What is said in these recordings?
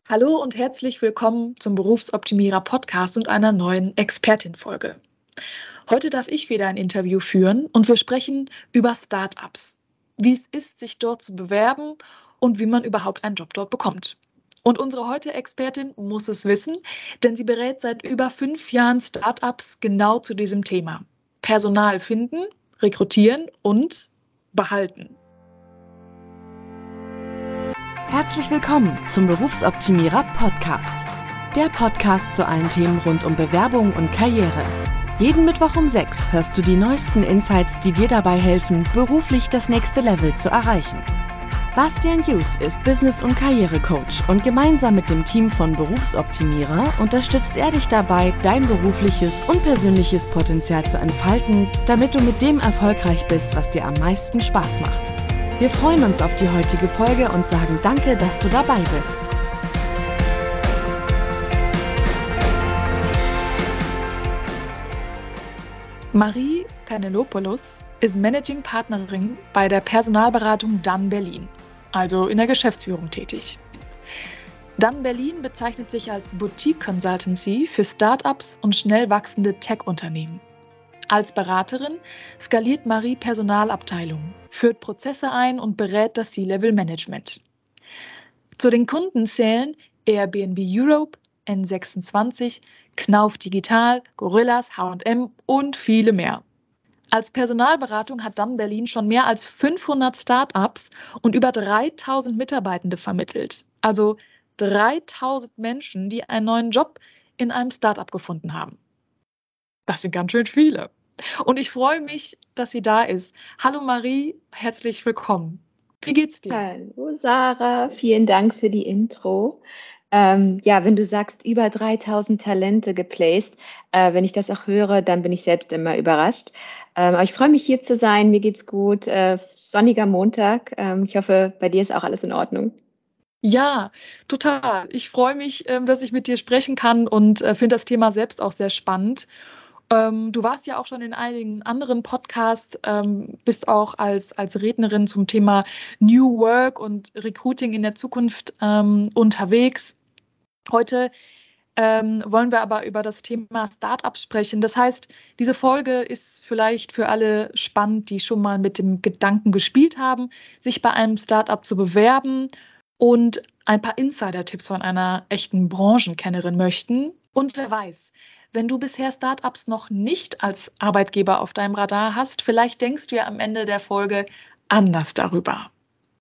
Hallo und herzlich willkommen zum Berufsoptimierer Podcast und einer neuen Expertin-Folge. Heute darf ich wieder ein Interview führen und wir sprechen über Startups, wie es ist, sich dort zu bewerben und wie man überhaupt einen Job dort bekommt. Und unsere heutige Expertin muss es wissen, denn sie berät seit über 5 Jahren Startups genau zu diesem Thema. Personal finden, rekrutieren und behalten. Herzlich willkommen zum Berufsoptimierer Podcast. Der Podcast zu allen Themen rund um Bewerbung und Karriere. Jeden Mittwoch um 6 hörst du die neuesten Insights, die dir dabei helfen, beruflich das nächste Level zu erreichen. Bastian Hughes ist Business- und Karrierecoach und gemeinsam mit dem Team von Berufsoptimierer unterstützt er dich dabei, dein berufliches und persönliches Potenzial zu entfalten, damit du mit dem erfolgreich bist, was dir am meisten Spaß macht. Wir freuen uns auf die heutige Folge und sagen danke, dass du dabei bist. Marie Kanellopoulos ist Managing Partnerin bei der Personalberatung Dun Berlin, also in der Geschäftsführung tätig. Dun Berlin bezeichnet sich als Boutique Consultancy für Startups und schnell wachsende Tech-Unternehmen. Als Beraterin skaliert Marie Personalabteilungen, führt Prozesse ein und berät das C-Level-Management. Zu den Kunden zählen Airbnb Europe, N26, Knauf Digital, Gorillas, H&M und viele mehr. Als Personalberatung hat Dun Berlin schon mehr als 500 Startups und über 3000 Mitarbeitende vermittelt. Also 3000 Menschen, die einen neuen Job in einem Startup gefunden haben. Das sind ganz schön viele. Und ich freue mich, dass sie da ist. Hallo Marie, herzlich willkommen. Wie geht's dir? Hallo Sarah, vielen Dank für die Intro. Wenn du sagst, über 3000 Talente geplaced, wenn ich das auch höre, dann bin ich selbst immer überrascht. Aber ich freue mich, hier zu sein. Mir geht's gut. Sonniger Montag. Ich hoffe, bei dir ist auch alles in Ordnung. Ja, total. Ich freue mich, dass ich mit dir sprechen kann und finde das Thema selbst auch sehr spannend. Du warst ja auch schon in einigen anderen Podcasts, bist auch als Rednerin zum Thema New Work und Recruiting in der Zukunft unterwegs. Heute wollen wir aber über das Thema Startups sprechen. Das heißt, diese Folge ist vielleicht für alle spannend, die schon mal mit dem Gedanken gespielt haben, sich bei einem Startup zu bewerben und ein paar Insider-Tipps von einer echten Branchenkennerin möchten. Und wer weiß, wenn du bisher Startups noch nicht als Arbeitgeber auf deinem Radar hast, vielleicht denkst du ja am Ende der Folge anders darüber.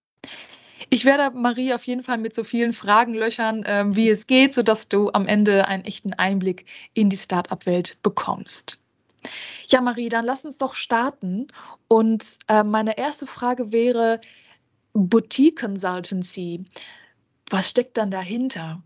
Ich werde Marie auf jeden Fall mit so vielen Fragen löchern, wie es geht, sodass du am Ende einen echten Einblick in die Startup-Welt bekommst. Ja, Marie, dann lass uns doch starten. Und meine erste Frage wäre Boutique Consultancy. Was steckt dann dahinter?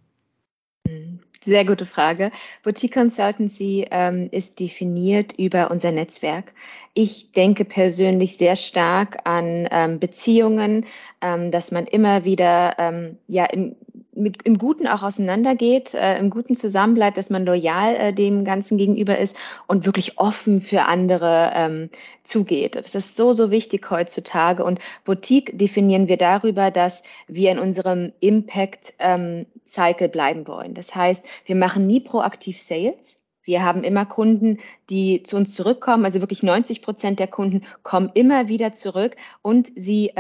Sehr gute Frage. Boutique Consultancy ist definiert über unser Netzwerk. Ich denke persönlich sehr stark an Beziehungen, dass man immer wieder im Guten auch auseinandergeht, im Guten zusammenbleibt, dass man loyal dem Ganzen gegenüber ist und wirklich offen für andere zugeht. Das ist so, so wichtig heutzutage. Und Boutique definieren wir darüber, dass wir in unserem Impact-Cycle bleiben wollen. Das heißt, wir machen nie proaktiv Sales. Wir haben immer Kunden, die zu uns zurückkommen. Also wirklich 90% der Kunden kommen immer wieder zurück und sie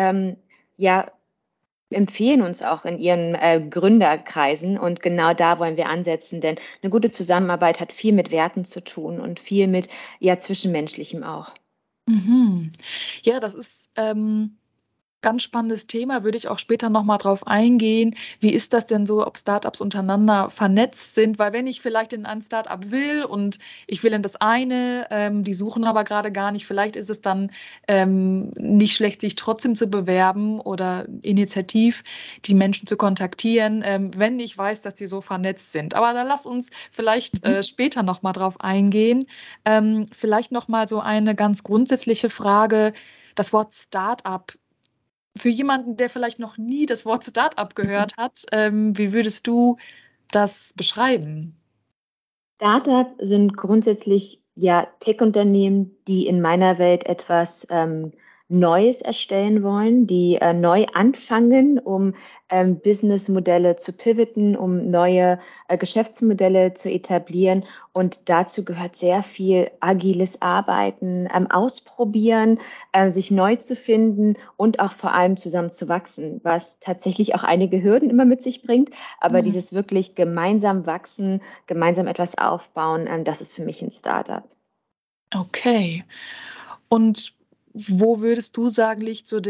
empfehlen uns auch in ihren Gründerkreisen. Und genau da wollen wir ansetzen, denn eine gute Zusammenarbeit hat viel mit Werten zu tun und viel mit Zwischenmenschlichem auch. Mhm. Ja, das ist ganz spannendes Thema, würde ich auch später nochmal drauf eingehen. Wie ist das denn so, ob Startups untereinander vernetzt sind? Weil wenn ich vielleicht in ein Startup will und ich will in das eine, die suchen aber gerade gar nicht, vielleicht ist es dann nicht schlecht, sich trotzdem zu bewerben oder initiativ die Menschen zu kontaktieren, wenn ich weiß, dass die so vernetzt sind. Aber da lass uns vielleicht später nochmal drauf eingehen. Vielleicht nochmal so eine ganz grundsätzliche Frage. Das Wort Startup. Für jemanden, der vielleicht noch nie das Wort Startup gehört hat, wie würdest du das beschreiben? Startup sind grundsätzlich Tech-Unternehmen, die in meiner Welt etwas Neues erstellen wollen, die neu anfangen, um Businessmodelle zu pivoten, um neue Geschäftsmodelle zu etablieren. Und dazu gehört sehr viel agiles Arbeiten, ausprobieren, sich neu zu finden und auch vor allem zusammen zu wachsen, was tatsächlich auch einige Hürden immer mit sich bringt. Aber Mhm. dieses wirklich gemeinsam wachsen, gemeinsam etwas aufbauen, das ist für mich ein Startup. Okay. Und wo würdest du sagen, liegt so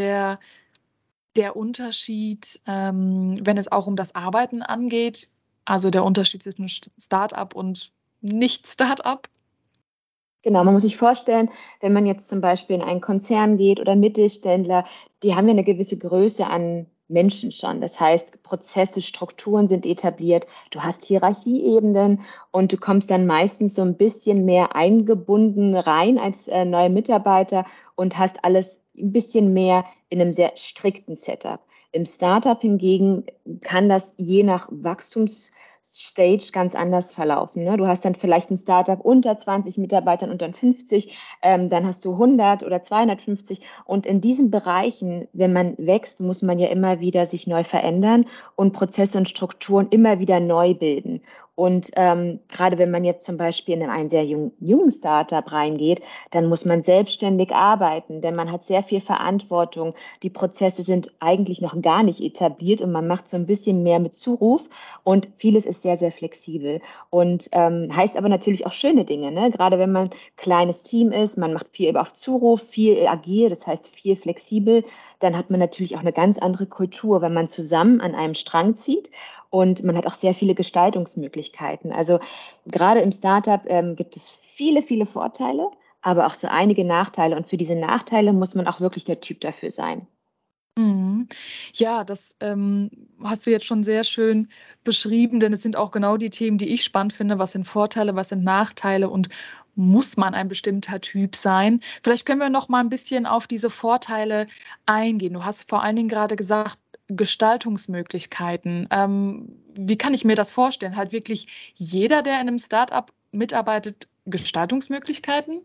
der Unterschied, wenn es auch um das Arbeiten angeht? Also der Unterschied zwischen Startup und Nicht-Startup? Genau, man muss sich vorstellen, wenn man jetzt zum Beispiel in einen Konzern geht oder Mittelständler, die haben ja eine gewisse Größe an Menschen schon. Das heißt, Prozesse, Strukturen sind etabliert, du hast Hierarchieebenen und du kommst dann meistens so ein bisschen mehr eingebunden rein als neuer Mitarbeiter und hast alles ein bisschen mehr in einem sehr strikten Setup. Im Startup hingegen kann das je nach Wachstumsstage ganz anders verlaufen. Ne? Du hast dann vielleicht ein Startup unter 20 Mitarbeitern, unter 50, dann hast du 100 oder 250. Und in diesen Bereichen, wenn man wächst, muss man ja immer wieder sich neu verändern und Prozesse und Strukturen immer wieder neu bilden. Und gerade wenn man jetzt zum Beispiel in einen sehr jungen Startup reingeht, dann muss man selbstständig arbeiten, denn man hat sehr viel Verantwortung. Die Prozesse sind eigentlich noch gar nicht etabliert und man macht so ein bisschen mehr mit Zuruf und vieles ist sehr, sehr flexibel und heißt aber natürlich auch schöne Dinge, ne? Gerade wenn man ein kleines Team ist, man macht viel auf Zuruf, viel agil, das heißt viel flexibel, dann hat man natürlich auch eine ganz andere Kultur, wenn man zusammen an einem Strang zieht. Und man hat auch sehr viele Gestaltungsmöglichkeiten. Also gerade im Startup gibt es viele, viele Vorteile, aber auch so einige Nachteile. Und für diese Nachteile muss man auch wirklich der Typ dafür sein. Mhm. Ja, das hast du jetzt schon sehr schön beschrieben, denn es sind auch genau die Themen, die ich spannend finde. Was sind Vorteile, was sind Nachteile und muss man ein bestimmter Typ sein? Vielleicht können wir noch mal ein bisschen auf diese Vorteile eingehen. Du hast vor allen Dingen gerade gesagt, Gestaltungsmöglichkeiten. Wie kann ich mir das vorstellen? Halt wirklich jeder, der in einem Startup mitarbeitet, Gestaltungsmöglichkeiten?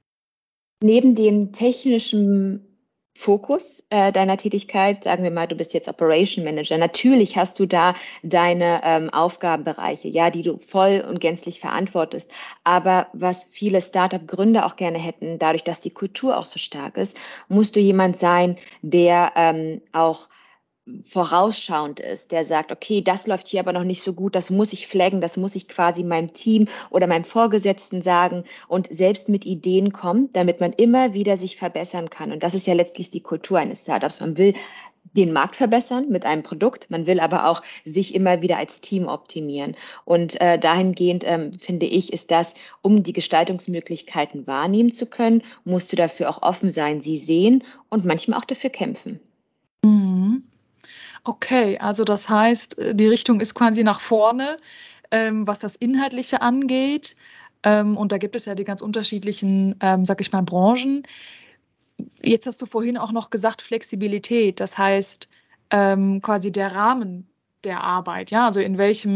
Neben dem technischen Fokus deiner Tätigkeit, sagen wir mal, du bist jetzt Operation Manager, natürlich hast du da deine Aufgabenbereiche, ja, die du voll und gänzlich verantwortest. Aber was viele Startup-Gründer auch gerne hätten, dadurch, dass die Kultur auch so stark ist, musst du jemand sein, der auch vorausschauend ist, der sagt, okay, das läuft hier aber noch nicht so gut, das muss ich flaggen, das muss ich quasi meinem Team oder meinem Vorgesetzten sagen und selbst mit Ideen kommt, damit man immer wieder sich verbessern kann. Und das ist ja letztlich die Kultur eines Startups. Man will den Markt verbessern mit einem Produkt, man will aber auch sich immer wieder als Team optimieren. Und dahingehend finde ich, ist das, um die Gestaltungsmöglichkeiten wahrnehmen zu können, musst du dafür auch offen sein, sie sehen und manchmal auch dafür kämpfen. Mhm. Okay, also das heißt, die Richtung ist quasi nach vorne, was das Inhaltliche angeht. Und da gibt es ja die ganz unterschiedlichen, sag ich mal, Branchen. Jetzt hast du vorhin auch noch gesagt, Flexibilität. Das heißt, quasi der Rahmen der Arbeit, ja, also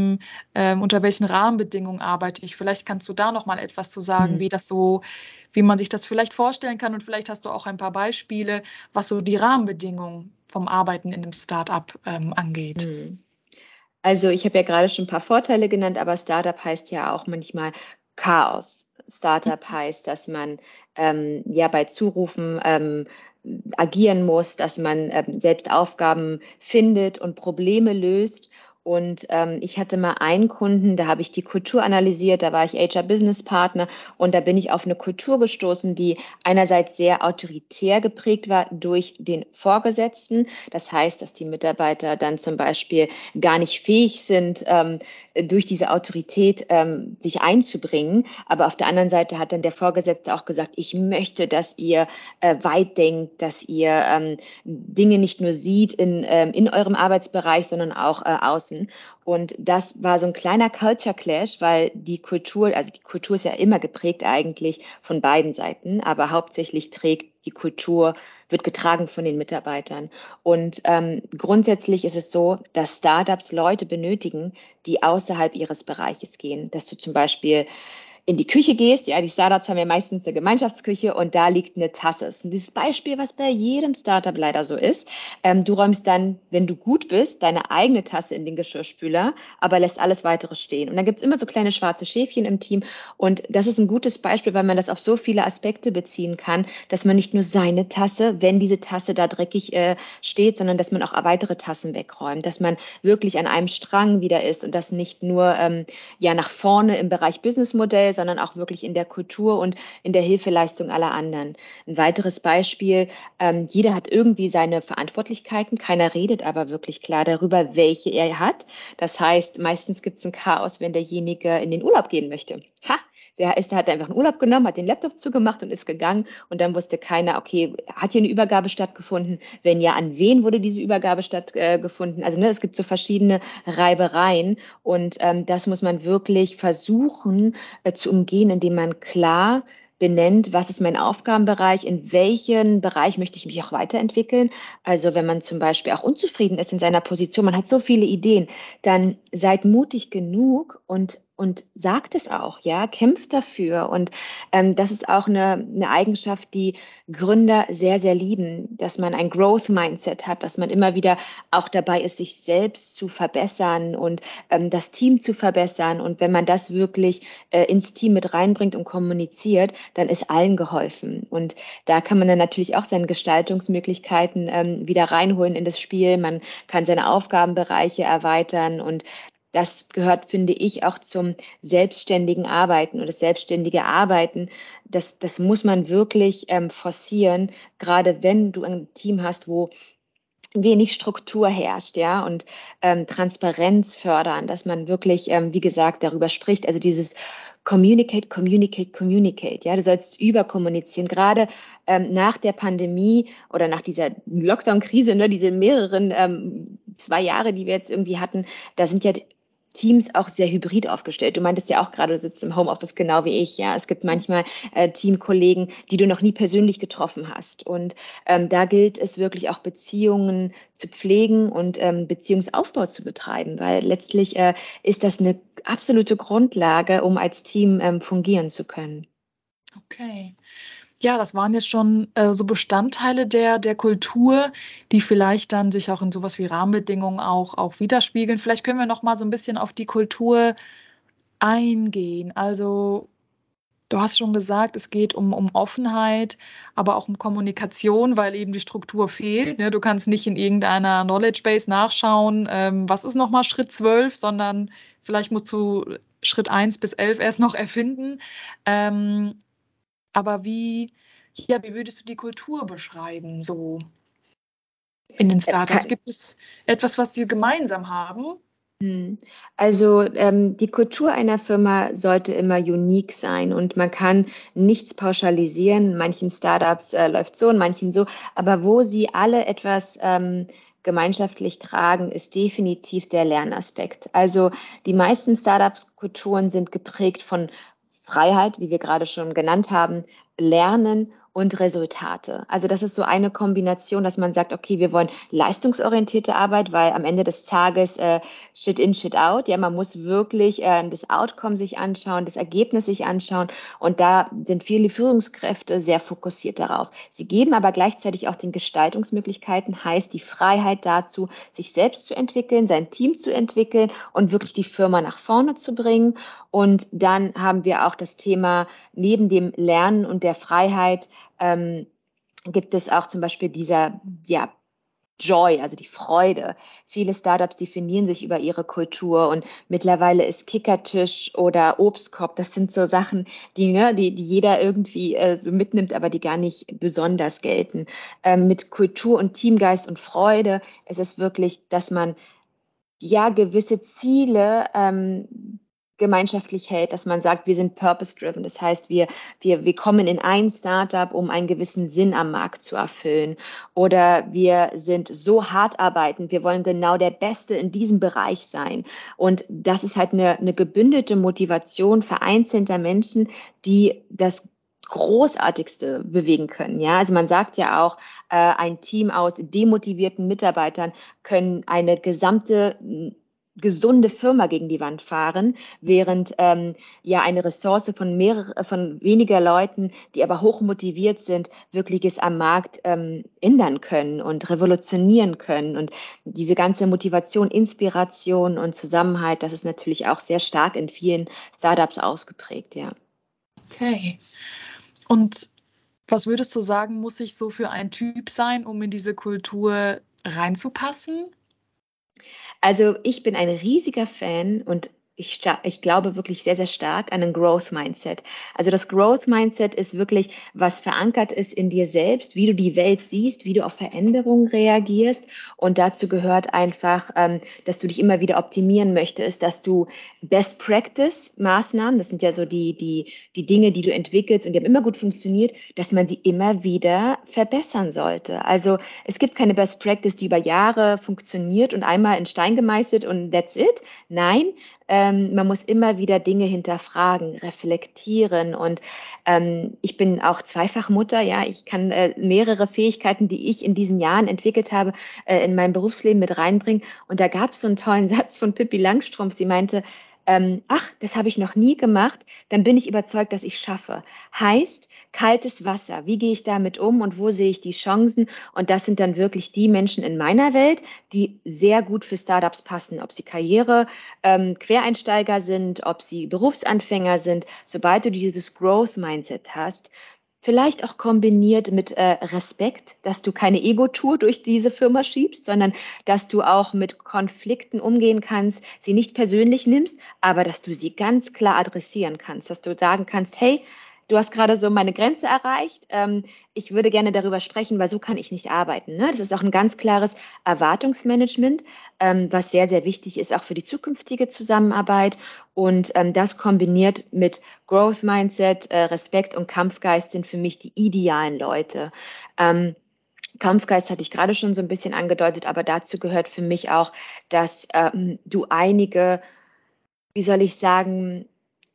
unter welchen Rahmenbedingungen arbeite ich? Vielleicht kannst du da noch mal etwas zu sagen, Mhm. wie man sich das vielleicht vorstellen kann und vielleicht hast du auch ein paar Beispiele, was so die Rahmenbedingungen vom Arbeiten in einem Startup, angeht. Mhm. Also ich habe ja gerade schon ein paar Vorteile genannt, aber Startup heißt ja auch manchmal Chaos. Startup heißt, dass man ja bei Zurufen agieren muss, dass man selbst Aufgaben findet und Probleme löst. Und ich hatte mal einen Kunden, da habe ich die Kultur analysiert, da war ich HR-Business-Partner und da bin ich auf eine Kultur gestoßen, die einerseits sehr autoritär geprägt war durch den Vorgesetzten. Das heißt, dass die Mitarbeiter dann zum Beispiel gar nicht fähig sind, durch diese Autorität sich einzubringen. Aber auf der anderen Seite hat dann der Vorgesetzte auch gesagt, ich möchte, dass ihr weit denkt, dass ihr Dinge nicht nur sieht in eurem Arbeitsbereich, sondern auch außen. Und das war so ein kleiner Culture Clash, weil also die Kultur ist ja immer geprägt eigentlich von beiden Seiten, aber hauptsächlich wird getragen von den Mitarbeitern. Und grundsätzlich ist es so, dass Startups Leute benötigen, die außerhalb ihres Bereiches gehen. Dass du zum Beispiel in die Küche gehst, ja, die Startups haben ja meistens eine Gemeinschaftsküche und da liegt eine Tasse. Das ist dieses Beispiel, was bei jedem Startup leider so ist. Du räumst dann, wenn du gut bist, deine eigene Tasse in den Geschirrspüler, aber lässt alles weitere stehen. Und dann gibt es immer so kleine schwarze Schäfchen im Team und das ist ein gutes Beispiel, weil man das auf so viele Aspekte beziehen kann, dass man nicht nur seine Tasse, wenn diese Tasse da dreckig steht, sondern dass man auch weitere Tassen wegräumt, dass man wirklich an einem Strang wieder ist und das nicht nur ja nach vorne im Bereich Businessmodell, sondern auch wirklich in der Kultur und in der Hilfeleistung aller anderen. Ein weiteres Beispiel, jeder hat irgendwie seine Verantwortlichkeiten, keiner redet aber wirklich klar darüber, welche er hat. Das heißt, meistens gibt es ein Chaos, wenn derjenige in den Urlaub gehen möchte. Der hat einfach einen Urlaub genommen, hat den Laptop zugemacht und ist gegangen und dann wusste keiner, okay, hat hier eine Übergabe stattgefunden? Wenn ja, an wen wurde diese Übergabe stattgefunden? Also es gibt so verschiedene Reibereien und das muss man wirklich versuchen zu umgehen, indem man klar benennt, was ist mein Aufgabenbereich, in welchen Bereich möchte ich mich auch weiterentwickeln. Also wenn man zum Beispiel auch unzufrieden ist in seiner Position, man hat so viele Ideen, dann seid mutig genug und sagt es auch, ja, kämpft dafür. Und das ist auch eine Eigenschaft, die Gründer sehr, sehr lieben, dass man ein Growth-Mindset hat, dass man immer wieder auch dabei ist, sich selbst zu verbessern und das Team zu verbessern. Und wenn man das wirklich ins Team mit reinbringt und kommuniziert, dann ist allen geholfen. Und da kann man dann natürlich auch seine Gestaltungsmöglichkeiten wieder reinholen in das Spiel. Man kann seine Aufgabenbereiche erweitern und das gehört, finde ich, auch zum selbstständigen Arbeiten und das selbstständige Arbeiten. Das muss man wirklich forcieren, gerade wenn du ein Team hast, wo wenig Struktur herrscht, ja, und Transparenz fördern, dass man wirklich, wie gesagt, darüber spricht. Also dieses Communicate, Communicate, Communicate, ja, du sollst überkommunizieren. Gerade nach der Pandemie oder nach dieser Lockdown-Krise, ne, diese mehreren 2 Jahre, die wir jetzt irgendwie hatten, da sind ja Teams auch sehr hybrid aufgestellt. Du meintest ja auch gerade, du sitzt im Homeoffice genau wie ich. Ja, es gibt manchmal Teamkollegen, die du noch nie persönlich getroffen hast. Und da gilt es wirklich auch Beziehungen zu pflegen und Beziehungsaufbau zu betreiben, weil letztlich ist das eine absolute Grundlage, um als Team fungieren zu können. Okay. Ja, das waren jetzt schon so Bestandteile der Kultur, die vielleicht dann sich auch in sowas wie Rahmenbedingungen auch widerspiegeln. Vielleicht können wir noch mal so ein bisschen auf die Kultur eingehen. Also du hast schon gesagt, es geht um Offenheit, aber auch um Kommunikation, weil eben die Struktur fehlt. Ne? Du kannst nicht in irgendeiner Knowledge Base nachschauen, was ist nochmal Schritt 12, sondern vielleicht musst du Schritt 1 bis 11 erst noch erfinden. Aber wie würdest du die Kultur beschreiben, so in den Startups? Gibt es etwas, was sie gemeinsam haben? Also die Kultur einer Firma sollte immer unique sein und man kann nichts pauschalisieren. In manchen Startups läuft so, in manchen so, aber wo sie alle etwas gemeinschaftlich tragen, ist definitiv der Lernaspekt. Also die meisten Startups-Kulturen sind geprägt von Freiheit, wie wir gerade schon genannt haben, Lernen und Resultate. Also das ist so eine Kombination, dass man sagt, okay, wir wollen leistungsorientierte Arbeit, weil am Ende des Tages Shit in, Shit out. Ja, man muss wirklich das Outcome sich anschauen, das Ergebnis sich anschauen und da sind viele Führungskräfte sehr fokussiert darauf. Sie geben aber gleichzeitig auch den Gestaltungsmöglichkeiten, heißt die Freiheit dazu, sich selbst zu entwickeln, sein Team zu entwickeln und wirklich die Firma nach vorne zu bringen. Und dann haben wir auch das Thema neben dem Lernen und der Freiheit gibt es auch zum Beispiel dieser Joy, also die Freude. Viele Startups definieren sich über ihre Kultur und mittlerweile ist Kickertisch oder Obstkorb, das sind so Sachen, die jeder irgendwie so mitnimmt, aber die gar nicht besonders gelten. Mit Kultur und Teamgeist und Freude ist es wirklich, dass man gewisse Ziele gemeinschaftlich hält, dass man sagt, wir sind purpose-driven. Das heißt, wir kommen in ein Startup, um einen gewissen Sinn am Markt zu erfüllen. Oder wir sind so hart arbeitend, wir wollen genau der Beste in diesem Bereich sein. Und das ist halt eine gebündelte Motivation vereinzelter Menschen, die das Großartigste bewegen können. Ja, also man sagt ja auch, ein Team aus demotivierten Mitarbeitern können eine gesamte gesunde Firma gegen die Wand fahren, während ja eine Ressource von weniger Leuten, die aber hoch motiviert sind, wirkliches am Markt ändern können und revolutionieren können. Und diese ganze Motivation, Inspiration und Zusammenhalt, das ist natürlich auch sehr stark in vielen Startups ausgeprägt, ja. Okay. Und was würdest du sagen, muss ich so für ein Typ sein, um in diese Kultur reinzupassen? Also ich bin ein riesiger Fan und ich glaube wirklich sehr, sehr stark an ein Growth Mindset. Also das Growth Mindset ist wirklich, was verankert ist in dir selbst, wie du die Welt siehst, wie du auf Veränderungen reagierst. Und dazu gehört einfach, dass du dich immer wieder optimieren möchtest, dass du Best Practice Maßnahmen, das sind ja so die Dinge, die du entwickelst und die haben immer gut funktioniert, dass man sie immer wieder verbessern sollte. Also es gibt keine Best Practice, die über Jahre funktioniert und einmal in Stein gemeißelt und that's it. Nein, man muss immer wieder Dinge hinterfragen, reflektieren und ich bin auch Zweifachmutter, ja, ich kann mehrere Fähigkeiten, die ich in diesen Jahren entwickelt habe, in mein Berufsleben mit reinbringen und da gab es so einen tollen Satz von Pippi Langstrumpf, sie meinte, ach, das habe ich noch nie gemacht, dann bin ich überzeugt, dass ich schaffe. Heißt, kaltes Wasser, wie gehe ich damit um und wo sehe ich die Chancen? Und das sind dann wirklich die Menschen in meiner Welt, die sehr gut für Startups passen, ob sie Quereinsteiger sind, ob sie Berufsanfänger sind. Sobald du dieses Growth-Mindset hast, vielleicht auch kombiniert mit Respekt, dass du keine Ego-Tour durch diese Firma schiebst, sondern dass du auch mit Konflikten umgehen kannst, sie nicht persönlich nimmst, aber dass du sie ganz klar adressieren kannst, dass du sagen kannst, hey, du hast gerade so meine Grenze erreicht, ich würde gerne darüber sprechen, weil so kann ich nicht arbeiten. Ne? Das ist auch ein ganz klares Erwartungsmanagement, was sehr, sehr wichtig ist, auch für die zukünftige Zusammenarbeit. Und das kombiniert mit Growth Mindset, Respekt und Kampfgeist sind für mich die idealen Leute. Kampfgeist hatte ich gerade schon so ein bisschen angedeutet, aber dazu gehört für mich auch, dass du einige, wie soll ich sagen,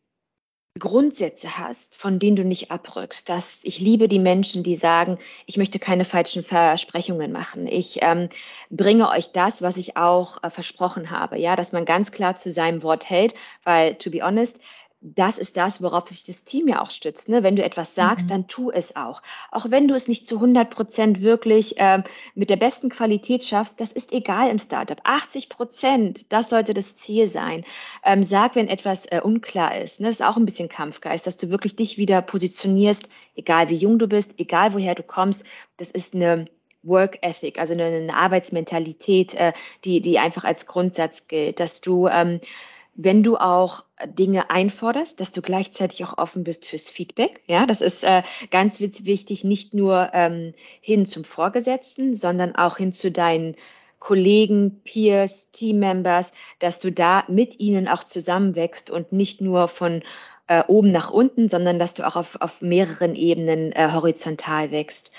Grundsätze hast, von denen du nicht abrückst. Ich liebe die Menschen, die sagen, ich möchte keine falschen Versprechungen machen. Ich bringe euch das, was ich auch versprochen habe. Ja, dass man ganz klar zu seinem Wort hält, weil, to be honest, das ist das, worauf sich das Team ja auch stützt. Ne? Wenn du etwas sagst, dann tu es auch. Auch wenn du es nicht zu 100% wirklich mit der besten Qualität schaffst, das ist egal im Startup. 80%, das sollte das Ziel sein. Sag, wenn etwas unklar ist. Ne? Das ist auch ein bisschen Kampfgeist, dass du wirklich dich wieder positionierst, egal wie jung du bist, egal woher du kommst. Das ist eine Work Ethic, also eine Arbeitsmentalität, die einfach als Grundsatz gilt, dass du wenn du auch Dinge einforderst, dass du gleichzeitig auch offen bist fürs Feedback. Ja, das ist ganz wichtig, nicht nur hin zum Vorgesetzten, sondern auch hin zu deinen Kollegen, Peers, Teammembers, dass du da mit ihnen auch zusammenwächst und nicht nur von oben nach unten, sondern dass du auch auf mehreren Ebenen horizontal wächst.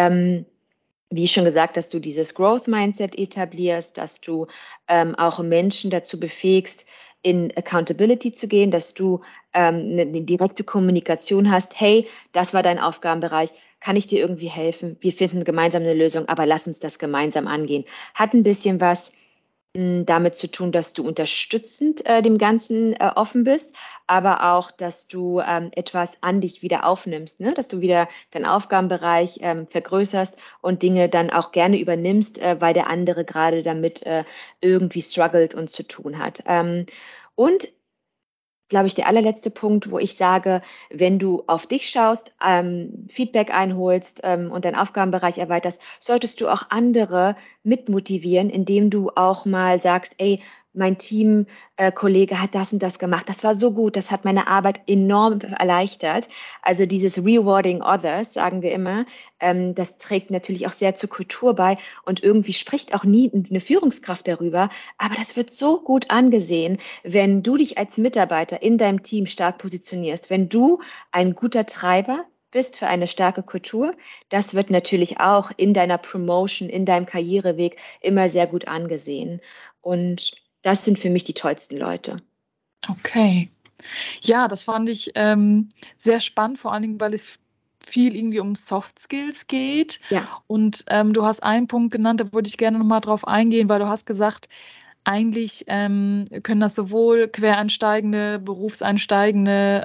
Wie schon gesagt, dass du dieses Growth Mindset etablierst, dass du auch Menschen dazu befähigst, in Accountability zu gehen, dass du eine direkte Kommunikation hast. Hey, das war dein Aufgabenbereich. Kann ich dir irgendwie helfen? Wir finden gemeinsam eine Lösung, aber lass uns das gemeinsam angehen. Hat ein bisschen was damit zu tun, dass du unterstützend dem Ganzen offen bist, aber auch, dass du etwas an dich wieder aufnimmst, ne? Dass du wieder deinen Aufgabenbereich vergrößerst und Dinge dann auch gerne übernimmst, weil der andere gerade damit irgendwie struggelt und zu tun hat. Und glaube ich, der allerletzte Punkt, wo ich sage, wenn du auf dich schaust, Feedback einholst und deinen Aufgabenbereich erweiterst, solltest du auch andere mitmotivieren, indem du auch mal sagst, ey, mein Teamkollege hat das und das gemacht. Das war so gut, das hat meine Arbeit enorm erleichtert. Also dieses Rewarding Others, sagen wir immer, das trägt natürlich auch sehr zur Kultur bei und irgendwie spricht auch nie eine Führungskraft darüber, aber das wird so gut angesehen, wenn du dich als Mitarbeiter in deinem Team stark positionierst, wenn du ein guter Treiber bist für eine starke Kultur, das wird natürlich auch in deiner Promotion, in deinem Karriereweg immer sehr gut angesehen. Und das sind für mich die tollsten Leute. Okay. Ja, das fand ich sehr spannend, vor allen Dingen, weil es viel irgendwie um Soft Skills geht. Ja. Und du hast einen Punkt genannt, da würde ich gerne nochmal drauf eingehen, weil du hast gesagt, eigentlich können das sowohl Quereinsteigende, Berufseinsteigende,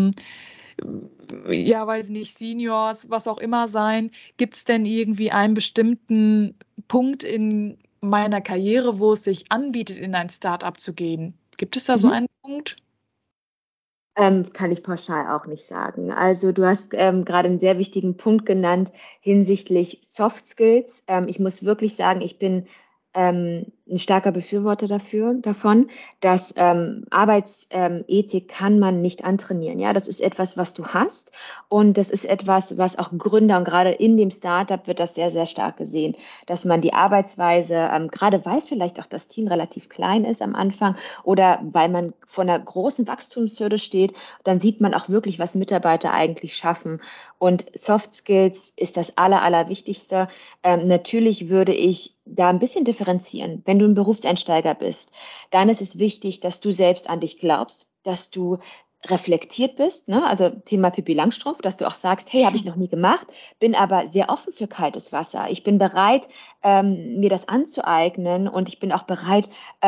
ja, weiß nicht, Seniors, was auch immer sein. Gibt es denn irgendwie einen bestimmten Punkt in meiner Karriere, wo es sich anbietet, in ein Startup zu gehen? Gibt es da so einen Punkt? Kann ich pauschal auch nicht sagen. Also du hast gerade einen sehr wichtigen Punkt genannt hinsichtlich Soft Skills. Ich muss wirklich sagen, ich bin ein starker Befürworter davon, dass Arbeitsethik kann man nicht antrainieren. Ja, das ist etwas, was du hast, und das ist etwas, was auch Gründer, und gerade in dem Startup wird das sehr, sehr stark gesehen, dass man die Arbeitsweise, gerade weil vielleicht auch das Team relativ klein ist am Anfang oder weil man vor einer großen Wachstumshürde steht, dann sieht man auch wirklich, was Mitarbeiter eigentlich schaffen. Und Soft Skills ist das Allerwichtigste. Natürlich würde ich da ein bisschen differenzieren. Wenn du ein Berufseinsteiger bist, dann ist es wichtig, dass du selbst an dich glaubst, dass du reflektiert bist, ne? Also Thema Pippi Langstrumpf, dass du auch sagst, hey, habe ich noch nie gemacht, bin aber sehr offen für kaltes Wasser. Ich bin bereit, mir das anzueignen, und ich bin auch bereit,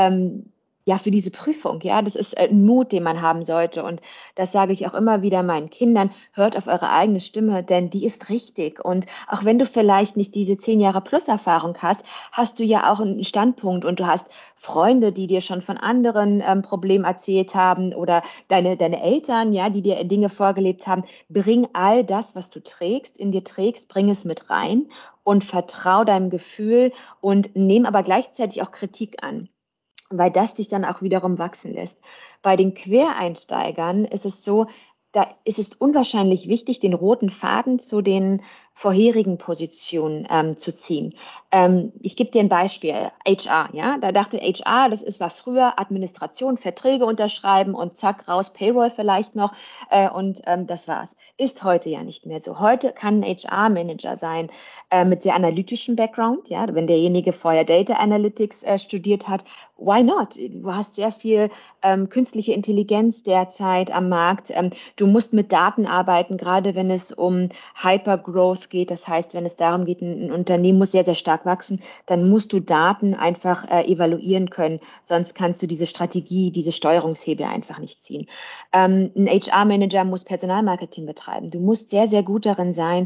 ja, für diese Prüfung. Ja, das ist ein Mut, den man haben sollte. Und das sage ich auch immer wieder meinen Kindern: Hört auf eure eigene Stimme, denn die ist richtig. Und auch wenn du vielleicht nicht diese 10 Jahre Plus-Erfahrung hast, hast du ja auch einen Standpunkt, und du hast Freunde, die dir schon von anderen Problemen erzählt haben, oder deine Eltern, ja, die dir Dinge vorgelebt haben. Bring all das, was du trägst, in dir trägst, bring es mit rein und vertrau deinem Gefühl, und nimm aber gleichzeitig auch Kritik an, weil das dich dann auch wiederum wachsen lässt. Bei den Quereinsteigern ist es so, da ist es unwahrscheinlich wichtig, den roten Faden zu den vorherigen Positionen zu ziehen. Ich gebe dir ein Beispiel, HR, ja, da dachte HR, war früher Administration, Verträge unterschreiben und zack, raus, Payroll vielleicht noch, und das war's. Ist heute ja nicht mehr so. Heute kann ein HR-Manager sein mit sehr analytischem Background, ja, wenn derjenige vorher Data Analytics studiert hat, why not? Du hast sehr viel künstliche Intelligenz derzeit am Markt. Du musst mit Daten arbeiten, gerade wenn es um Hypergrowth geht. Das heißt, wenn es darum geht, ein Unternehmen muss sehr, sehr stark wachsen, dann musst du Daten einfach evaluieren können. Sonst kannst du diese Strategie, diese Steuerungshebel einfach nicht ziehen. Ein HR-Manager muss Personalmarketing betreiben. Du musst sehr, sehr gut darin sein,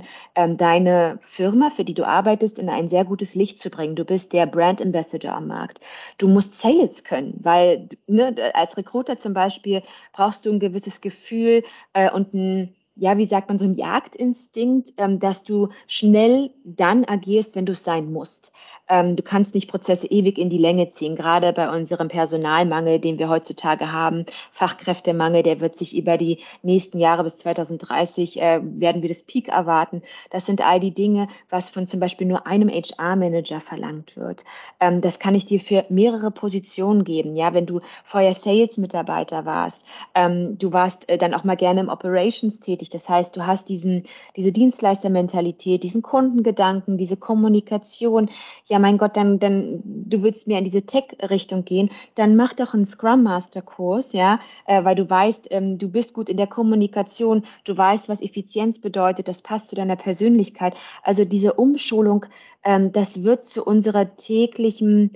deine Firma, für die du arbeitest, in ein sehr gutes Licht zu bringen. Du bist der Brand Ambassador am Markt. Du musst Sales können, weil, ne, als Recruiter zum Beispiel brauchst du ein gewisses Gefühl und ein, ja, wie sagt man, so ein Jagdinstinkt, dass du schnell dann agierst, wenn du es sein musst. Du kannst nicht Prozesse ewig in die Länge ziehen, gerade bei unserem Personalmangel, den wir heutzutage haben. Fachkräftemangel, der wird sich über die nächsten Jahre bis 2030, werden wir das Peak erwarten. Das sind all die Dinge, was von zum Beispiel nur einem HR-Manager verlangt wird. Das kann ich dir für mehrere Positionen geben. Ja, wenn du vorher Sales-Mitarbeiter warst, du warst dann auch mal gerne im Operations tätig. Das heißt, du hast diese Dienstleistermentalität, diesen Kundengedanken, diese Kommunikation. Ja, mein Gott, dann du willst mehr in diese Tech-Richtung gehen, dann mach doch einen Scrum Master Kurs, ja, weil du weißt, du bist gut in der Kommunikation, du weißt, was Effizienz bedeutet, das passt zu deiner Persönlichkeit. Also diese Umschulung, das wird zu unserer täglichen,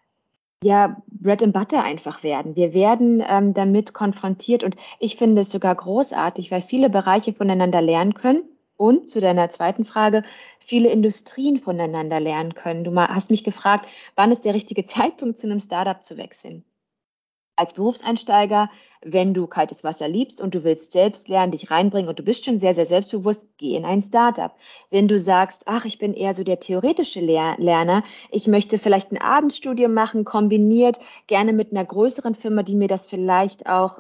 ja, Bread and Butter einfach werden. Wir werden damit konfrontiert, und ich finde es sogar großartig, weil viele Bereiche voneinander lernen können, und zu deiner zweiten Frage, viele Industrien voneinander lernen können. Du hast mich gefragt, wann ist der richtige Zeitpunkt, zu einem Startup zu wechseln? Als Berufseinsteiger, wenn du kaltes Wasser liebst und du willst selbst lernen, dich reinbringen und du bist schon sehr, sehr selbstbewusst, geh in ein Startup. Wenn du sagst, ach, ich bin eher so der theoretische Lerner, ich möchte vielleicht ein Abendstudium machen, kombiniert, gerne mit einer größeren Firma, die mir das vielleicht auch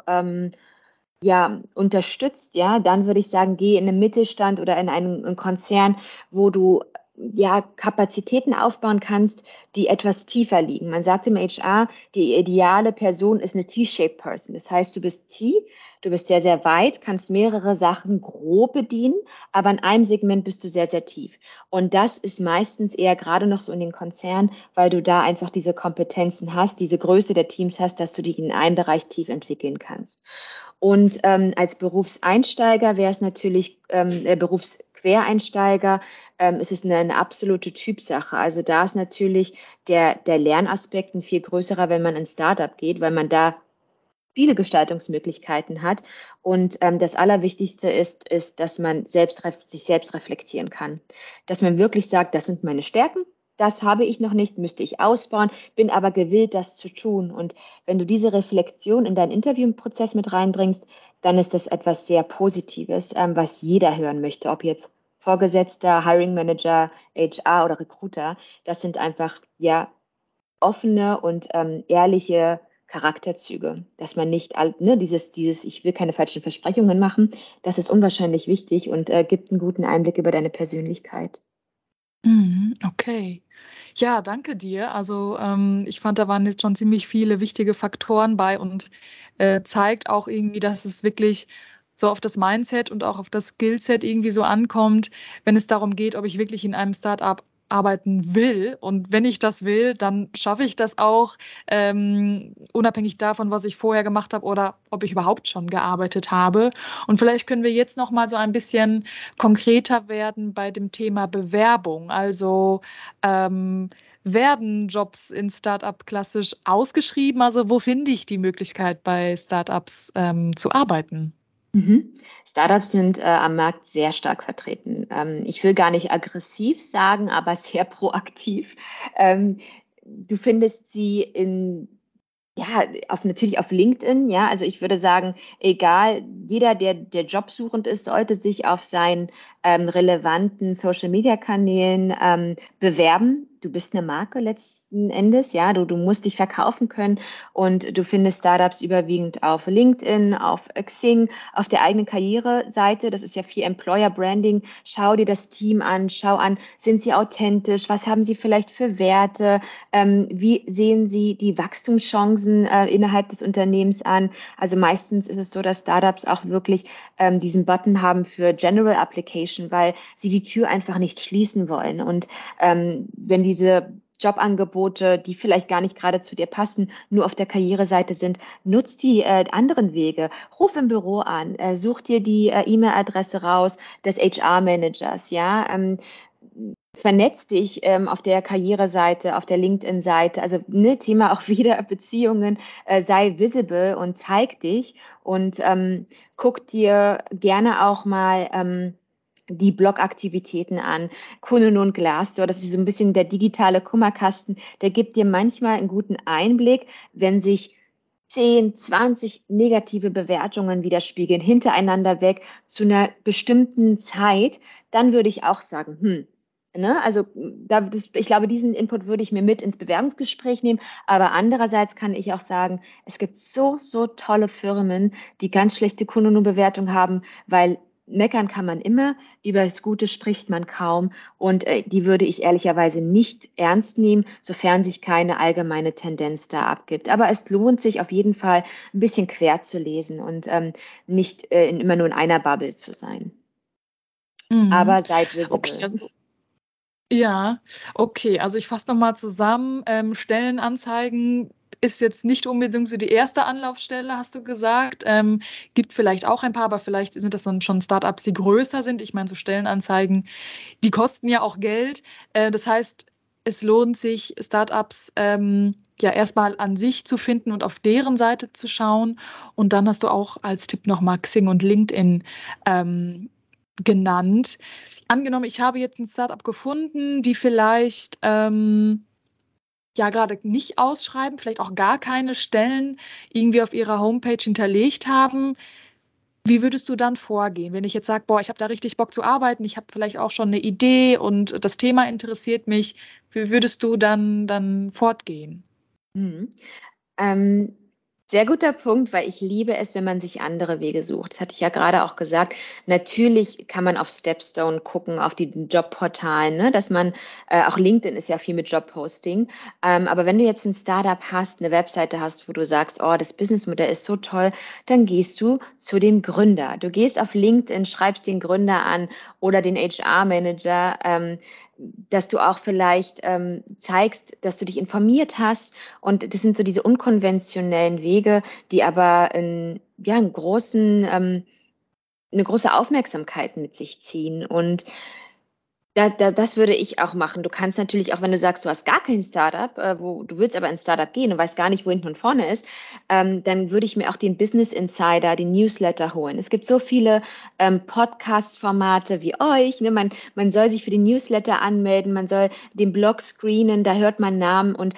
ja, unterstützt, ja, dann würde ich sagen, geh in einen Mittelstand oder in einen Konzern, wo du ja Kapazitäten aufbauen kannst, die etwas tiefer liegen. Man sagt im HR, die ideale Person ist eine T-shaped Person. Das heißt, du bist T, du bist sehr, sehr weit, kannst mehrere Sachen grob bedienen, aber in einem Segment bist du sehr, sehr tief. Und das ist meistens eher gerade noch so in den Konzernen, weil du da einfach diese Kompetenzen hast, diese Größe der Teams hast, dass du dich in einem Bereich tief entwickeln kannst. Und als Berufseinsteiger wäre es natürlich, Quereinsteiger ist es eine absolute Typsache. Also da ist natürlich der Lernaspekt ein viel größerer, wenn man ins Startup geht, weil man da viele Gestaltungsmöglichkeiten hat. Und das Allerwichtigste ist, dass man sich selbst reflektieren kann. Dass man wirklich sagt, das sind meine Stärken, das habe ich noch nicht, müsste ich ausbauen, bin aber gewillt, das zu tun. Und wenn du diese Reflexion in deinen Interviewprozess mit reinbringst, dann ist das etwas sehr Positives, was jeder hören möchte, ob jetzt Vorgesetzter, Hiring Manager, HR oder Recruiter. Das sind einfach ja offene und ehrliche Charakterzüge, dass man nicht, ich will keine falschen Versprechungen machen, das ist unwahrscheinlich wichtig und gibt einen guten Einblick über deine Persönlichkeit. Okay. Ja, danke dir. Also ich fand, da waren jetzt schon ziemlich viele wichtige Faktoren bei und zeigt auch irgendwie, dass es wirklich so auf das Mindset und auch auf das Skillset irgendwie so ankommt, wenn es darum geht, ob ich wirklich in einem Startup arbeiten will. Und wenn ich das will, dann schaffe ich das auch, unabhängig davon, was ich vorher gemacht habe oder ob ich überhaupt schon gearbeitet habe. Und vielleicht können wir jetzt noch mal so ein bisschen konkreter werden bei dem Thema Bewerbung. Also werden Jobs in Startup klassisch ausgeschrieben? Also wo finde ich die Möglichkeit, bei Startups zu arbeiten? Mhm. Startups sind am Markt sehr stark vertreten. Ich will gar nicht aggressiv sagen, aber sehr proaktiv. Du findest sie ja, natürlich auf LinkedIn, ja. Also ich würde sagen, egal, jeder, der jobsuchend ist, sollte sich auf seinen relevanten Social-Media-Kanälen bewerben. Du bist eine Marke letzten Endes, ja. Du musst dich verkaufen können und du findest Startups überwiegend auf LinkedIn, auf Xing, auf der eigenen Karriereseite. Das ist ja viel Employer Branding. Schau dir das Team an, schau an, sind sie authentisch? Was haben sie vielleicht für Werte? Wie sehen Sie die Wachstumschancen innerhalb des Unternehmens an? Also meistens ist es so, dass Startups auch wirklich diesen Button haben für General Application, weil sie die Tür einfach nicht schließen wollen. Und wenn diese Jobangebote, die vielleicht gar nicht gerade zu dir passen, nur auf der Karriereseite sind, nutzt die anderen Wege. Ruf im Büro an, such dir die E-Mail-Adresse raus des HR-Managers, ja. Vernetz dich auf der Karriereseite, auf der LinkedIn-Seite. Also ne, Thema auch wieder Beziehungen, sei visible und zeig dich und guck dir gerne auch mal die Blogaktivitäten an. Kununu und Glassdoor, das ist so ein bisschen der digitale Kummerkasten, der gibt dir manchmal einen guten Einblick, wenn sich 10, 20 negative Bewertungen widerspiegeln, hintereinander weg zu einer bestimmten Zeit, dann würde ich auch sagen, ne, also ich glaube, diesen Input würde ich mir mit ins Bewerbungsgespräch nehmen, aber andererseits kann ich auch sagen, es gibt so tolle Firmen, die ganz schlechte Kununu-Bewertungen haben, weil meckern kann man immer, über das Gute spricht man kaum und die würde ich ehrlicherweise nicht ernst nehmen, sofern sich keine allgemeine Tendenz da abgibt. Aber es lohnt sich auf jeden Fall, ein bisschen quer zu lesen und nicht immer nur in einer Bubble zu sein. Mhm. Aber seid Okay, visible. also ja, okay, also ich fasse nochmal zusammen. Stellenanzeigen ist jetzt nicht unbedingt so die erste Anlaufstelle, hast du gesagt. Gibt vielleicht auch ein paar, aber vielleicht sind das dann schon Startups, die größer sind. Ich meine, so Stellenanzeigen, die kosten ja auch Geld. Das heißt, es lohnt sich, Startups ja erstmal an sich zu finden und auf deren Seite zu schauen. Und dann hast du auch als Tipp nochmal Xing und LinkedIn genannt. Angenommen, ich habe jetzt ein Startup gefunden, die vielleicht ja gerade nicht ausschreiben, vielleicht auch gar keine Stellen irgendwie auf ihrer Homepage hinterlegt haben. Wie würdest du dann vorgehen, wenn ich jetzt sage, boah, ich habe da richtig Bock zu arbeiten, ich habe vielleicht auch schon eine Idee und das Thema interessiert mich. Wie würdest du dann fortgehen? Mhm. Ähm, Sehr guter Punkt, weil ich liebe es, wenn man sich andere Wege sucht. Das hatte ich ja gerade auch gesagt. Natürlich kann man auf Stepstone gucken, auf die Jobportalen, ne? Dass man, auch LinkedIn ist ja viel mit Jobposting. Aber wenn du jetzt ein Startup hast, eine Webseite hast, wo du sagst, oh, das Businessmodell ist so toll, dann gehst du zu dem Gründer. Du gehst auf LinkedIn, schreibst den Gründer an oder den HR-Manager. Dass du auch vielleicht zeigst, dass du dich informiert hast. Und das sind so diese unkonventionellen Wege, die aber einen großen eine große Aufmerksamkeit mit sich ziehen. Und das würde ich auch machen. Du kannst natürlich auch, wenn du sagst, du hast gar kein Startup, wo du willst aber in ein Startup gehen und weißt gar nicht, wo hinten und vorne ist, dann würde ich mir auch den Business Insider, den Newsletter holen. Es gibt so viele Podcast-Formate wie euch. Ne? Man soll sich für den Newsletter anmelden, man soll den Blog screenen, da hört man Namen und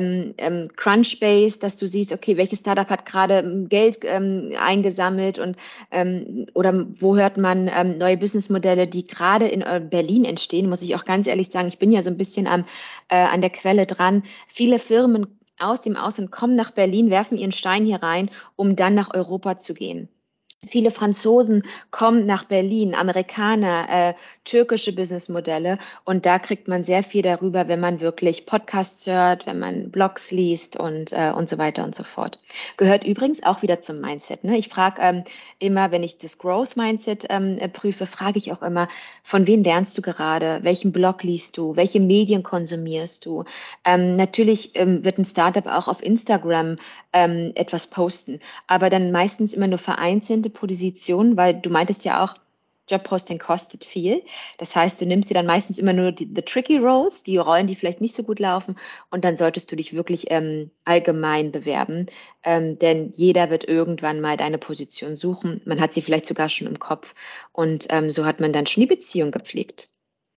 Crunchbase, dass du siehst, okay, welches Startup hat gerade Geld eingesammelt und oder wo hört man neue Businessmodelle, die gerade in Berlin entstehen, muss ich auch ganz ehrlich sagen. Ich bin ja so ein bisschen an der Quelle dran. Viele Firmen aus dem Ausland kommen nach Berlin, werfen ihren Stein hier rein, um dann nach Europa zu gehen. Viele Franzosen kommen nach Berlin, Amerikaner, türkische Businessmodelle und da kriegt man sehr viel darüber, wenn man wirklich Podcasts hört, wenn man Blogs liest und so weiter und so fort. Gehört übrigens auch wieder zum Mindset. Ne? Ich frage immer, wenn ich das Growth Mindset prüfe, frage ich auch immer, von wem lernst du gerade? Welchen Blog liest du? Welche Medien konsumierst du? Natürlich wird ein Startup auch auf Instagram etwas posten, aber dann meistens immer nur vereinzelte Positionen, weil du meintest ja auch, Jobposting kostet viel. Das heißt, du nimmst dir dann meistens immer nur the tricky roles, die Rollen, die vielleicht nicht so gut laufen, und dann solltest du dich wirklich allgemein bewerben, denn jeder wird irgendwann mal deine Position suchen. Man hat sie vielleicht sogar schon im Kopf und so hat man dann schon die Beziehung gepflegt.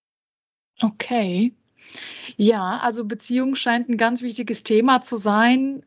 Okay. Ja, also Beziehung scheint ein ganz wichtiges Thema zu sein.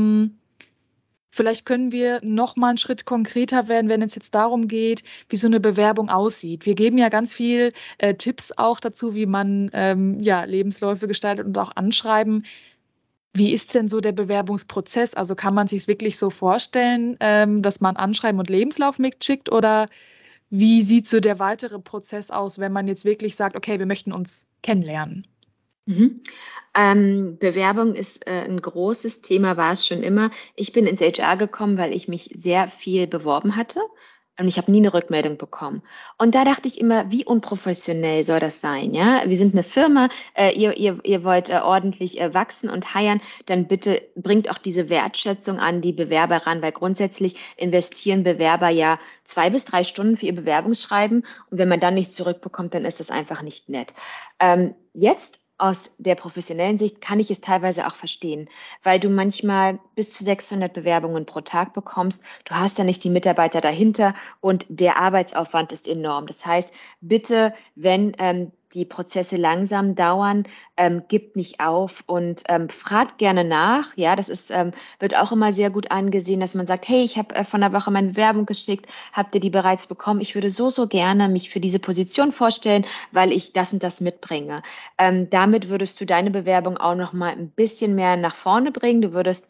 Vielleicht können wir noch mal einen Schritt konkreter werden, wenn es jetzt darum geht, wie so eine Bewerbung aussieht. Wir geben ja ganz viel Tipps auch dazu, wie man ja, Lebensläufe gestaltet und auch anschreiben. Wie ist denn so der Bewerbungsprozess? Also kann man sich es wirklich so vorstellen, dass man Anschreiben und Lebenslauf mitschickt oder wie sieht so der weitere Prozess aus, wenn man jetzt wirklich sagt, okay, wir möchten uns kennenlernen? Mhm. Bewerbung ist ein großes Thema, war es schon immer. Ich bin ins HR gekommen, weil ich mich sehr viel beworben hatte und ich habe nie eine Rückmeldung bekommen. Und da dachte ich immer, wie unprofessionell soll das sein? Ja, wir sind eine Firma, ihr wollt ordentlich wachsen und heiern, dann bitte bringt auch diese Wertschätzung an die Bewerber ran, weil grundsätzlich investieren Bewerber ja 2 bis 3 Stunden für ihr Bewerbungsschreiben und wenn man dann nichts zurückbekommt, dann ist das einfach nicht nett. Jetzt aus der professionellen Sicht kann ich es teilweise auch verstehen, weil du manchmal bis zu 600 Bewerbungen pro Tag bekommst. Du hast ja nicht die Mitarbeiter dahinter und der Arbeitsaufwand ist enorm. Das heißt, bitte, wenn die Prozesse langsam dauern, gibt nicht auf und fragt gerne nach. Ja, das ist, wird auch immer sehr gut angesehen, dass man sagt, hey, ich habe vor einer Woche meine Bewerbung geschickt, habt ihr die bereits bekommen? Ich würde so gerne mich für diese Position vorstellen, weil ich das und das mitbringe. Damit würdest du deine Bewerbung auch noch mal ein bisschen mehr nach vorne bringen. Du würdest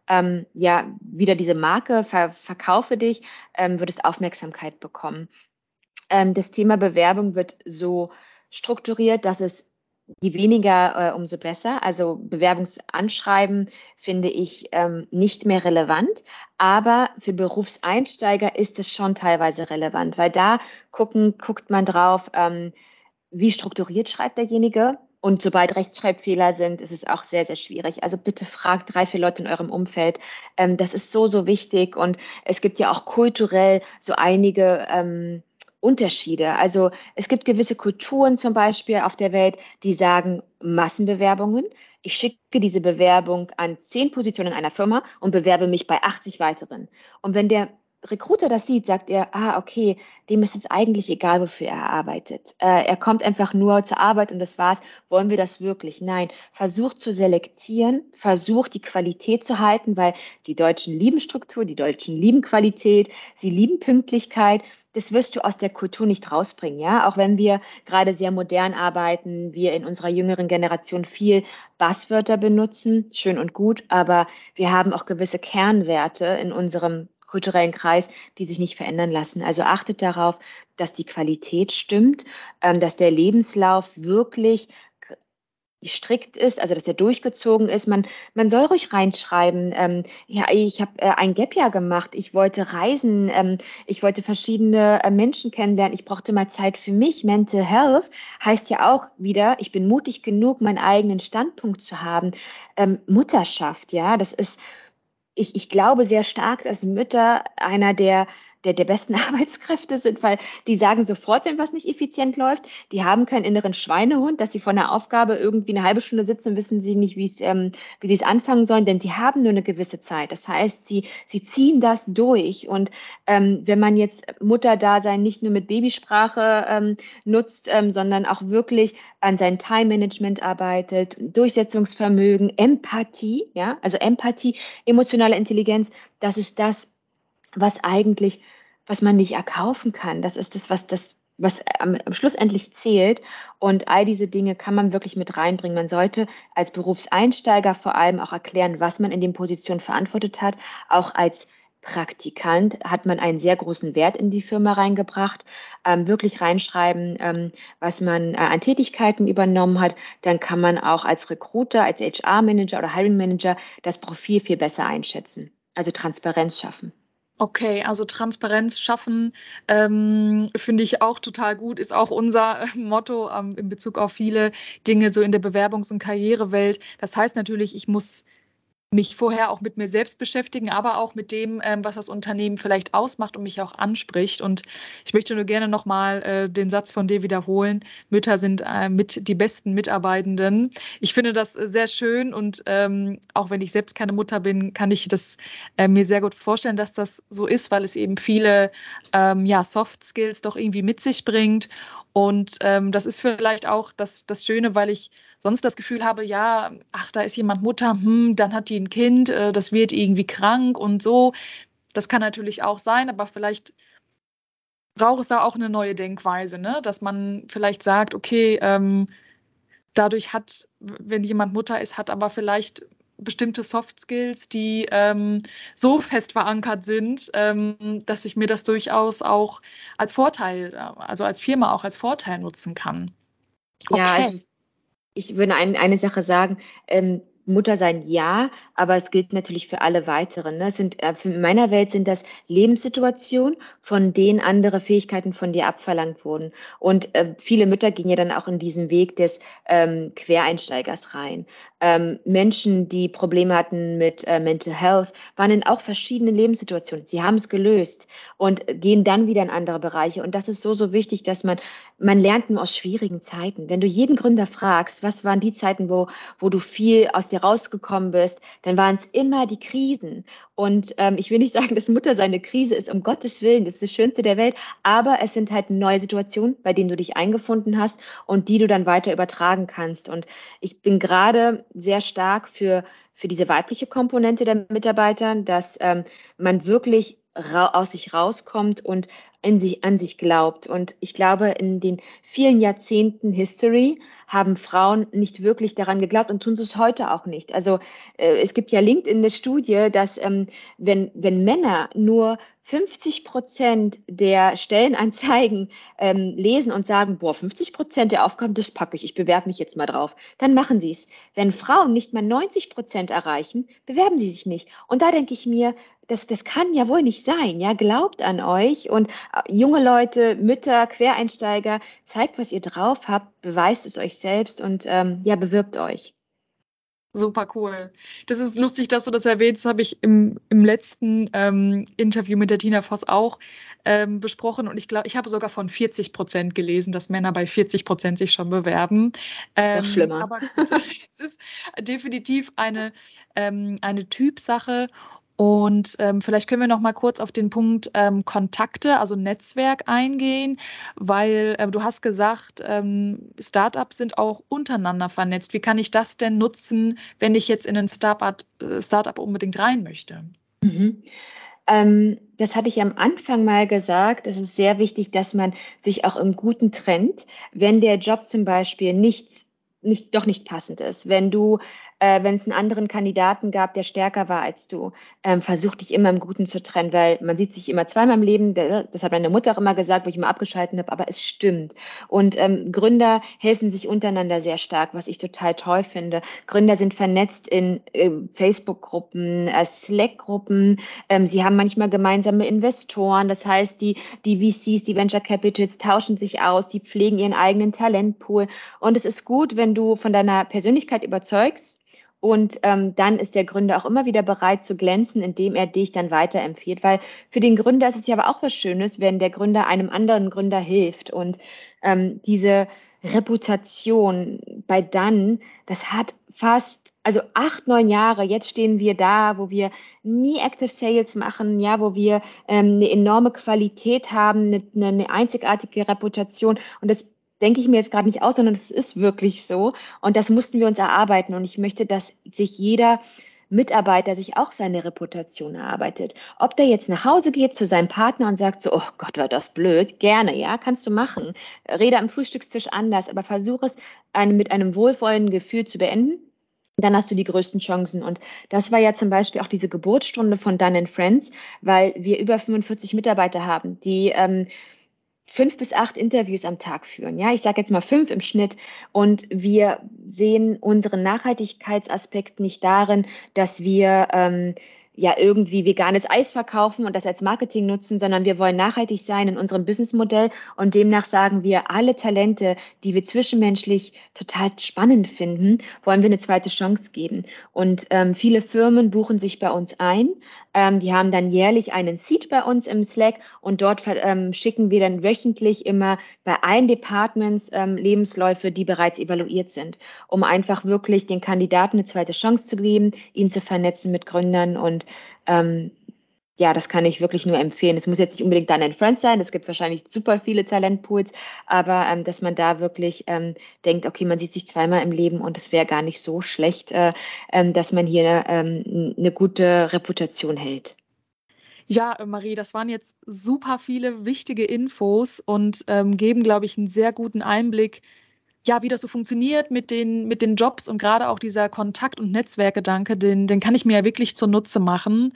ja wieder diese Marke, verkaufe dich, würdest Aufmerksamkeit bekommen. Das Thema Bewerbung wird so strukturiert, dass es je weniger, umso besser. Also Bewerbungsanschreiben finde ich nicht mehr relevant, aber für Berufseinsteiger ist es schon teilweise relevant, weil da guckt man drauf, wie strukturiert schreibt derjenige. Und sobald Rechtschreibfehler sind, ist es auch sehr, sehr schwierig. Also bitte fragt 3, 4 Leute in eurem Umfeld. Das ist so wichtig. Und es gibt ja auch kulturell so einige Unterschiede. Also es gibt gewisse Kulturen zum Beispiel auf der Welt, die sagen Massenbewerbungen. Ich schicke diese Bewerbung an 10 Positionen in einer Firma und bewerbe mich bei 80 weiteren. Und wenn der Recruiter das sieht, sagt er, okay, dem ist es eigentlich egal, wofür er arbeitet. Er kommt einfach nur zur Arbeit und das war's. Wollen wir das wirklich? Nein. Versucht zu selektieren, versucht die Qualität zu halten, weil die Deutschen lieben Struktur, die Deutschen lieben Qualität, sie lieben Pünktlichkeit. Das wirst du aus der Kultur nicht rausbringen, ja. Auch wenn wir gerade sehr modern arbeiten, wir in unserer jüngeren Generation viel Buzzwörter benutzen, schön und gut, aber wir haben auch gewisse Kernwerte in unserem kulturellen Kreis, die sich nicht verändern lassen. Also achtet darauf, dass die Qualität stimmt, dass der Lebenslauf wirklich strikt ist, also dass er durchgezogen ist. Man soll ruhig reinschreiben, ja, ich habe ein Gap-Jahr gemacht, ich wollte reisen, ich wollte verschiedene Menschen kennenlernen, ich brauchte mal Zeit für mich. Mental Health heißt ja auch wieder, ich bin mutig genug, meinen eigenen Standpunkt zu haben. Mutterschaft, ja, das ist, ich glaube sehr stark, dass Mütter einer der der besten Arbeitskräfte sind, weil die sagen sofort, wenn was nicht effizient läuft. Die haben keinen inneren Schweinehund, dass sie vor einer Aufgabe irgendwie eine halbe Stunde sitzen, wissen sie nicht, wie sie es anfangen sollen, denn sie haben nur eine gewisse Zeit. Das heißt, sie ziehen das durch. Und wenn man jetzt Mutterdasein nicht nur mit Babysprache nutzt, sondern auch wirklich an sein Time-Management arbeitet, Durchsetzungsvermögen, Empathie, ja, also Empathie, emotionale Intelligenz, das ist das, was man nicht erkaufen kann. Das ist was am Schluss endlich zählt. Und all diese Dinge kann man wirklich mit reinbringen. Man sollte als Berufseinsteiger vor allem auch erklären, was man in den Positionen verantwortet hat. Auch als Praktikant hat man einen sehr großen Wert in die Firma reingebracht, wirklich reinschreiben, was man an Tätigkeiten übernommen hat. Dann kann man auch als Recruiter, als HR-Manager oder Hiring-Manager das Profil viel besser einschätzen. Also Transparenz schaffen. Okay, also Transparenz schaffen, finde ich auch total gut, ist auch unser Motto in Bezug auf viele Dinge so in der Bewerbungs- und Karrierewelt. Das heißt natürlich, ich muss mich vorher auch mit mir selbst beschäftigen, aber auch mit dem, was das Unternehmen vielleicht ausmacht und mich auch anspricht. Und ich möchte nur gerne nochmal den Satz von dir wiederholen. Mütter sind mit die besten Mitarbeitenden. Ich finde das sehr schön und auch wenn ich selbst keine Mutter bin, kann ich das mir sehr gut vorstellen, dass das so ist, weil es eben viele Soft Skills doch irgendwie mit sich bringt. Und das ist vielleicht auch das Schöne, weil ich sonst das Gefühl habe, ja, ach, da ist jemand Mutter, dann hat die ein Kind, das wird irgendwie krank und so. Das kann natürlich auch sein, aber vielleicht braucht es da auch eine neue Denkweise, ne? Dass man vielleicht sagt, okay, dadurch wenn jemand Mutter ist, hat aber vielleicht bestimmte Soft Skills, die so fest verankert sind, dass ich mir das durchaus auch als Vorteil, also als Firma auch als Vorteil nutzen kann. Ja, Okay. also ich würde eine Sache sagen, Mutter sein, ja, aber es gilt natürlich für alle weiteren. Ne? In meiner Welt sind das Lebenssituationen, von denen andere Fähigkeiten von dir abverlangt wurden. Und viele Mütter gehen ja dann auch in diesen Weg des Quereinsteigers rein. Menschen, die Probleme hatten mit Mental Health, waren in auch verschiedenen Lebenssituationen. Sie haben es gelöst und gehen dann wieder in andere Bereiche. Und das ist so, so wichtig, dass man lernt nur aus schwierigen Zeiten. Wenn du jeden Gründer fragst, was waren die Zeiten, wo du viel aus dir rausgekommen bist, dann waren es immer die Krisen. Und ich will nicht sagen, dass Muttersein eine Krise ist, um Gottes Willen, das ist das Schönste der Welt, aber es sind halt neue Situationen, bei denen du dich eingefunden hast und die du dann weiter übertragen kannst. Und ich bin gerade sehr stark für diese weibliche Komponente der Mitarbeiter, dass man wirklich aus sich rauskommt und an sich glaubt. Und ich glaube, in den vielen Jahrzehnten History haben Frauen nicht wirklich daran geglaubt und tun es heute auch nicht. Also es gibt ja LinkedIn eine Studie, dass wenn Männer nur 50% der Stellenanzeigen lesen und sagen, boah, 50% der Aufgaben, das packe ich bewerbe mich jetzt mal drauf, dann machen sie es. Wenn Frauen nicht mal 90% erreichen, bewerben sie sich nicht. Und da denke ich mir, das kann ja wohl nicht sein, ja, glaubt an euch und junge Leute, Mütter, Quereinsteiger, zeigt, was ihr drauf habt, beweist es euch selbst und bewirbt euch. Super cool. Das ist lustig, dass du das erwähnst. Das habe ich im letzten Interview mit der Tina Voss auch besprochen. Und ich glaube, ich habe sogar von 40% gelesen, dass Männer bei 40% sich schon bewerben. Noch schlimmer. Aber gut, es ist definitiv eine Typsache. Und vielleicht können wir noch mal kurz auf den Punkt Kontakte, also Netzwerk eingehen, weil du hast gesagt, Startups sind auch untereinander vernetzt. Wie kann ich das denn nutzen, wenn ich jetzt in ein Startup unbedingt rein möchte? Mhm. Das hatte ich am Anfang mal gesagt. Es ist sehr wichtig, dass man sich auch im Guten trennt, wenn der Job zum Beispiel doch nicht passend ist. Wenn es einen anderen Kandidaten gab, der stärker war als du, versuch dich immer im Guten zu trennen, weil man sieht sich immer zweimal im Leben. Das hat meine Mutter auch immer gesagt, wo ich immer abgeschalten habe, aber es stimmt. Und Gründer helfen sich untereinander sehr stark, was ich total toll finde. Gründer sind vernetzt in Facebook-Gruppen, Slack-Gruppen. Sie haben manchmal gemeinsame Investoren. Das heißt, die VCs, die Venture Capitals tauschen sich aus, die pflegen ihren eigenen Talentpool. Und es ist gut, wenn du von deiner Persönlichkeit überzeugst Und dann ist der Gründer auch immer wieder bereit zu glänzen, indem er dich dann weiterempfiehlt. Weil für den Gründer ist es ja aber auch was Schönes, wenn der Gründer einem anderen Gründer hilft. Und diese Reputation bei dann, das hat fast, also 8, 9 Jahre, jetzt stehen wir da, wo wir nie Active Sales machen, ja, wo wir eine enorme Qualität haben, eine einzigartige Reputation. Und das denke ich mir jetzt gerade nicht aus, sondern es ist wirklich so. Und das mussten wir uns erarbeiten. Und ich möchte, dass sich jeder Mitarbeiter sich auch seine Reputation erarbeitet. Ob der jetzt nach Hause geht zu seinem Partner und sagt so, oh Gott, war das blöd, gerne, ja, kannst du machen. Rede am Frühstückstisch anders, aber versuche es mit einem wohlwollenden Gefühl zu beenden. Dann hast du die größten Chancen. Und das war ja zum Beispiel auch diese Geburtsstunde von Dun & Friends, weil wir über 45 Mitarbeiter haben, die 5 bis 8 Interviews am Tag führen. Ja, ich sage jetzt mal 5 im Schnitt. Und wir sehen unseren Nachhaltigkeitsaspekt nicht darin, dass wir ja irgendwie veganes Eis verkaufen und das als Marketing nutzen, sondern wir wollen nachhaltig sein in unserem Businessmodell und demnach sagen wir, alle Talente, die wir zwischenmenschlich total spannend finden, wollen wir eine zweite Chance geben. Und viele Firmen buchen sich bei uns ein. Die haben dann jährlich einen Seed bei uns im Slack und dort schicken wir dann wöchentlich immer bei allen Departments Lebensläufe, die bereits evaluiert sind, um einfach wirklich den Kandidaten eine zweite Chance zu geben, ihn zu vernetzen mit Gründern und ja, das kann ich wirklich nur empfehlen. Es muss jetzt nicht unbedingt Dun & Friends sein, es gibt wahrscheinlich super viele Talentpools, aber dass man da wirklich denkt, okay, man sieht sich zweimal im Leben und es wäre gar nicht so schlecht, dass man hier eine gute Reputation hält. Ja, Marie, das waren jetzt super viele wichtige Infos und geben, glaube ich, einen sehr guten Einblick, ja, wie das so funktioniert mit den Jobs und gerade auch dieser Kontakt- und Netzwerkgedanke, den kann ich mir ja wirklich zunutze machen.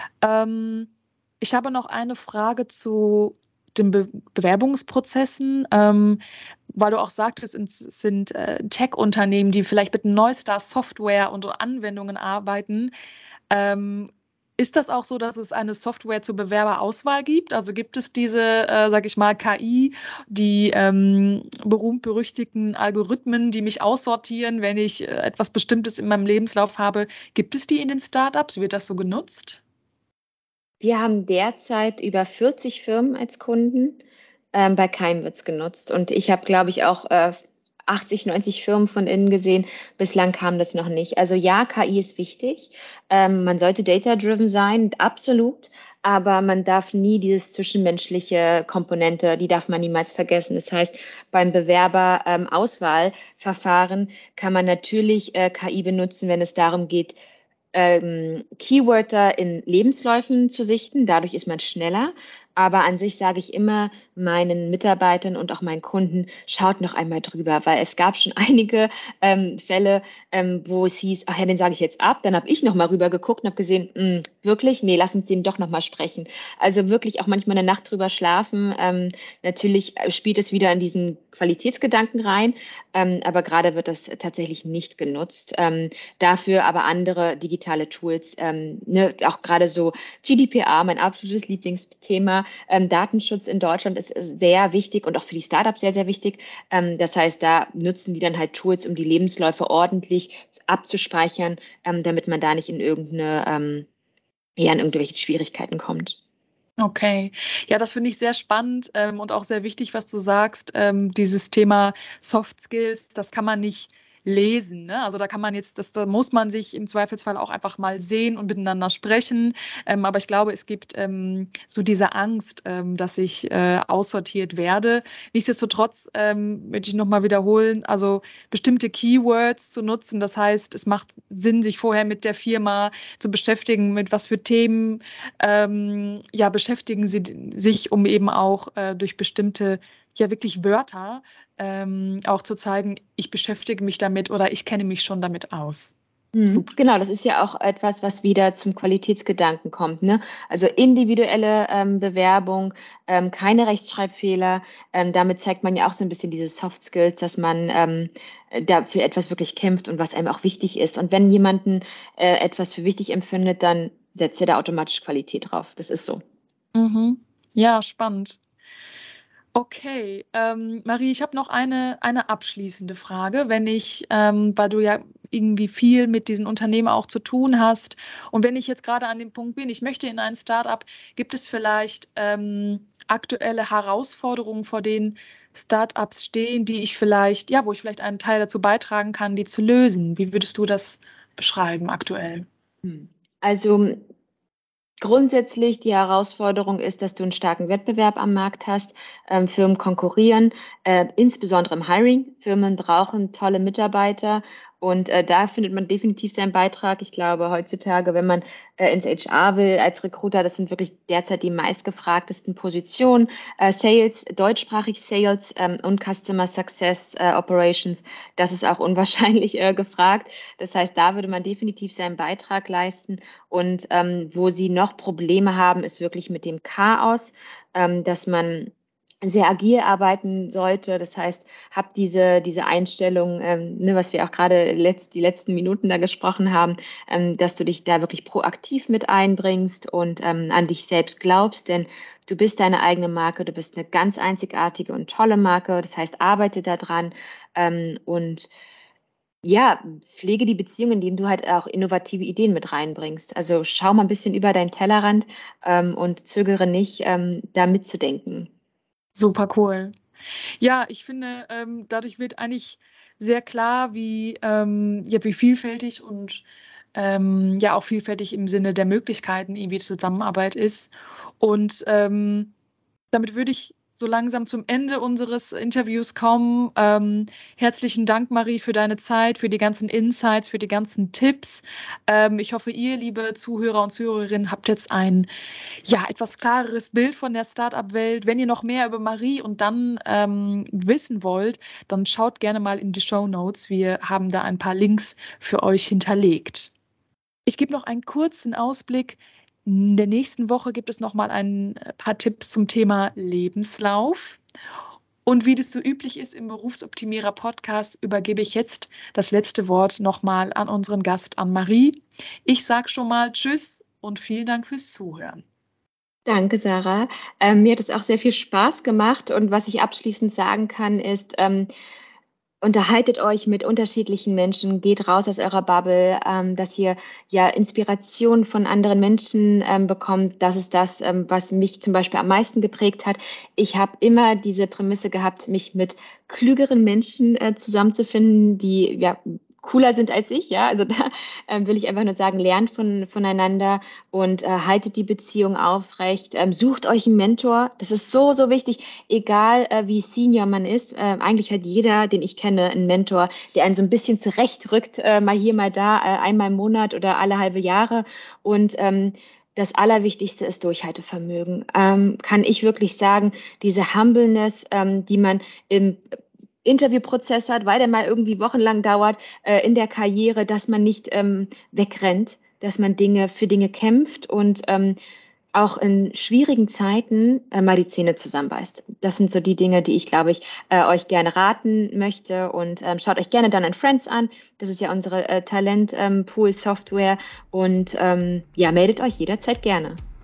Ich habe noch eine Frage zu den Bewerbungsprozessen, weil du auch sagtest, es sind Tech-Unternehmen, die vielleicht mit neuester Software und Anwendungen arbeiten. Ähm, Ist das auch so, dass es eine Software zur Bewerberauswahl gibt? Also gibt es diese, sag ich mal, KI, die berühmt-berüchtigten Algorithmen, die mich aussortieren, wenn ich etwas Bestimmtes in meinem Lebenslauf habe? Gibt es die in den Startups? Wird das so genutzt? Wir haben derzeit über 40 Firmen als Kunden. Bei keinem wird es genutzt. Und ich habe, glaube ich, auch 80, 90 Firmen von innen gesehen. Bislang kam das noch nicht. Also ja, KI ist wichtig. Man sollte data-driven sein, absolut. Aber man darf nie diese zwischenmenschliche Komponente, die darf man niemals vergessen. Das heißt, beim Bewerberauswahlverfahren kann man natürlich KI benutzen, wenn es darum geht, Keywörter in Lebensläufen zu sichten. Dadurch ist man schneller. Aber an sich sage ich immer meinen Mitarbeitern und auch meinen Kunden, schaut noch einmal drüber, weil es gab schon einige Fälle, wo es hieß, ach ja, den sage ich jetzt ab. Dann habe ich noch mal rüber geguckt und habe gesehen, wirklich? Nee, lass uns den doch noch mal sprechen. Also wirklich auch manchmal eine Nacht drüber schlafen. Natürlich spielt es wieder in diesen Qualitätsgedanken rein, aber gerade wird das tatsächlich nicht genutzt. Dafür aber andere digitale Tools, ne, auch gerade so GDPR, mein absolutes Lieblingsthema. Datenschutz in Deutschland ist sehr wichtig und auch für die Startups sehr, sehr wichtig. Das heißt, da nutzen die dann halt Tools, um die Lebensläufe ordentlich abzuspeichern, damit man da nicht in ja, in irgendwelche Schwierigkeiten kommt. Okay, ja, das finde ich sehr spannend und auch sehr wichtig, was du sagst. Dieses Thema Soft Skills, das kann man nicht lesen, ne? Also da kann man jetzt, da muss man sich im Zweifelsfall auch einfach mal sehen und miteinander sprechen. Aber ich glaube, es gibt so diese Angst, dass ich aussortiert werde. Nichtsdestotrotz möchte ich nochmal wiederholen, also bestimmte Keywords zu nutzen. Das heißt, es macht Sinn, sich vorher mit der Firma zu beschäftigen, mit was für Themen ja, beschäftigen sie sich, um eben auch durch bestimmte, ja wirklich Wörter auch zu zeigen, ich beschäftige mich damit oder ich kenne mich schon damit aus. Super. Genau, das ist ja auch etwas, was wieder zum Qualitätsgedanken kommt, ne? Also individuelle Bewerbung, keine Rechtschreibfehler. Damit zeigt man ja auch so ein bisschen diese Soft Skills, dass man da für etwas wirklich kämpft und was einem auch wichtig ist. Und wenn jemanden etwas für wichtig empfindet, dann setzt er da automatisch Qualität drauf. Das ist so. Mhm. Ja, spannend. Okay, Marie, ich habe noch eine abschließende Frage. Wenn ich, weil du ja irgendwie viel mit diesen Unternehmen auch zu tun hast und wenn ich jetzt gerade an dem Punkt bin, ich möchte in ein Startup, gibt es vielleicht aktuelle Herausforderungen, vor denen Startups stehen, die ich vielleicht, ja, wo ich vielleicht einen Teil dazu beitragen kann, die zu lösen? Wie würdest du das beschreiben aktuell? Also grundsätzlich die Herausforderung ist, dass du einen starken Wettbewerb am Markt hast. Firmen konkurrieren, insbesondere im Hiring. Firmen brauchen tolle Mitarbeiter und da findet man definitiv seinen Beitrag. Ich glaube, heutzutage, wenn man ins HR will als Recruiter, das sind wirklich derzeit die meistgefragtesten Positionen. Sales, deutschsprachig Sales und Customer Success Operations, das ist auch unwahrscheinlich gefragt. Das heißt, da würde man definitiv seinen Beitrag leisten. Und wo sie noch Probleme haben, ist wirklich mit dem Chaos, dass man sehr agil arbeiten sollte. Das heißt, hab diese Einstellung, ne, was wir auch gerade die letzten Minuten da gesprochen haben, dass du dich da wirklich proaktiv mit einbringst und an dich selbst glaubst, denn du bist deine eigene Marke, du bist eine ganz einzigartige und tolle Marke. Das heißt, arbeite daran und ja, pflege die Beziehungen, indem du halt auch innovative Ideen mit reinbringst. Also schau mal ein bisschen über deinen Tellerrand und zögere nicht, da mitzudenken. Super cool. Ja, ich finde, dadurch wird eigentlich sehr klar, ja, wie vielfältig und ja auch vielfältig im Sinne der Möglichkeiten irgendwie die Zusammenarbeit ist. Und damit würde ich so langsam zum Ende unseres Interviews kommen. Herzlichen Dank, Marie, für deine Zeit, für die ganzen Insights, für die ganzen Tipps. Ich hoffe, ihr, liebe Zuhörer und Zuhörerinnen, habt jetzt ein ja, etwas klareres Bild von der Startup-Welt. Wenn ihr noch mehr über Marie und dann wissen wollt, dann schaut gerne mal in die Shownotes. Wir haben da ein paar Links für euch hinterlegt. Ich gebe noch einen kurzen Ausblick. In der nächsten Woche gibt es noch mal ein paar Tipps zum Thema Lebenslauf. Und wie das so üblich ist im Berufsoptimierer Podcast, übergebe ich jetzt das letzte Wort nochmal an unseren Gast, an Marie. Ich sage schon mal Tschüss und vielen Dank fürs Zuhören. Danke, Sarah. Mir hat es auch sehr viel Spaß gemacht und was ich abschließend sagen kann, ist, unterhaltet euch mit unterschiedlichen Menschen, geht raus aus eurer Bubble, dass ihr ja Inspiration von anderen Menschen bekommt. Das ist das, was mich zum Beispiel am meisten geprägt hat. Ich habe immer diese Prämisse gehabt, mich mit klügeren Menschen zusammenzufinden, die ja cooler sind als ich, ja. Also da will ich einfach nur sagen, lernt voneinander und haltet die Beziehung aufrecht. Sucht euch einen Mentor. Das ist so, so wichtig, egal wie Senior man ist. Eigentlich hat jeder, den ich kenne, einen Mentor, der einen so ein bisschen zurechtrückt, mal hier, mal da, einmal im Monat oder alle halbe Jahre. Und das Allerwichtigste ist Durchhaltevermögen. Kann ich wirklich sagen, diese Humbleness, die man im Interviewprozess hat, weil der mal irgendwie wochenlang dauert in der Karriere, dass man nicht wegrennt, dass man für Dinge kämpft und auch in schwierigen Zeiten mal die Zähne zusammenbeißt. Das sind so die Dinge, die ich, glaube ich, euch gerne raten möchte. Und schaut euch gerne dann Friends an. Das ist ja unsere Talent-Pool-Software. Und ja, meldet euch jederzeit gerne.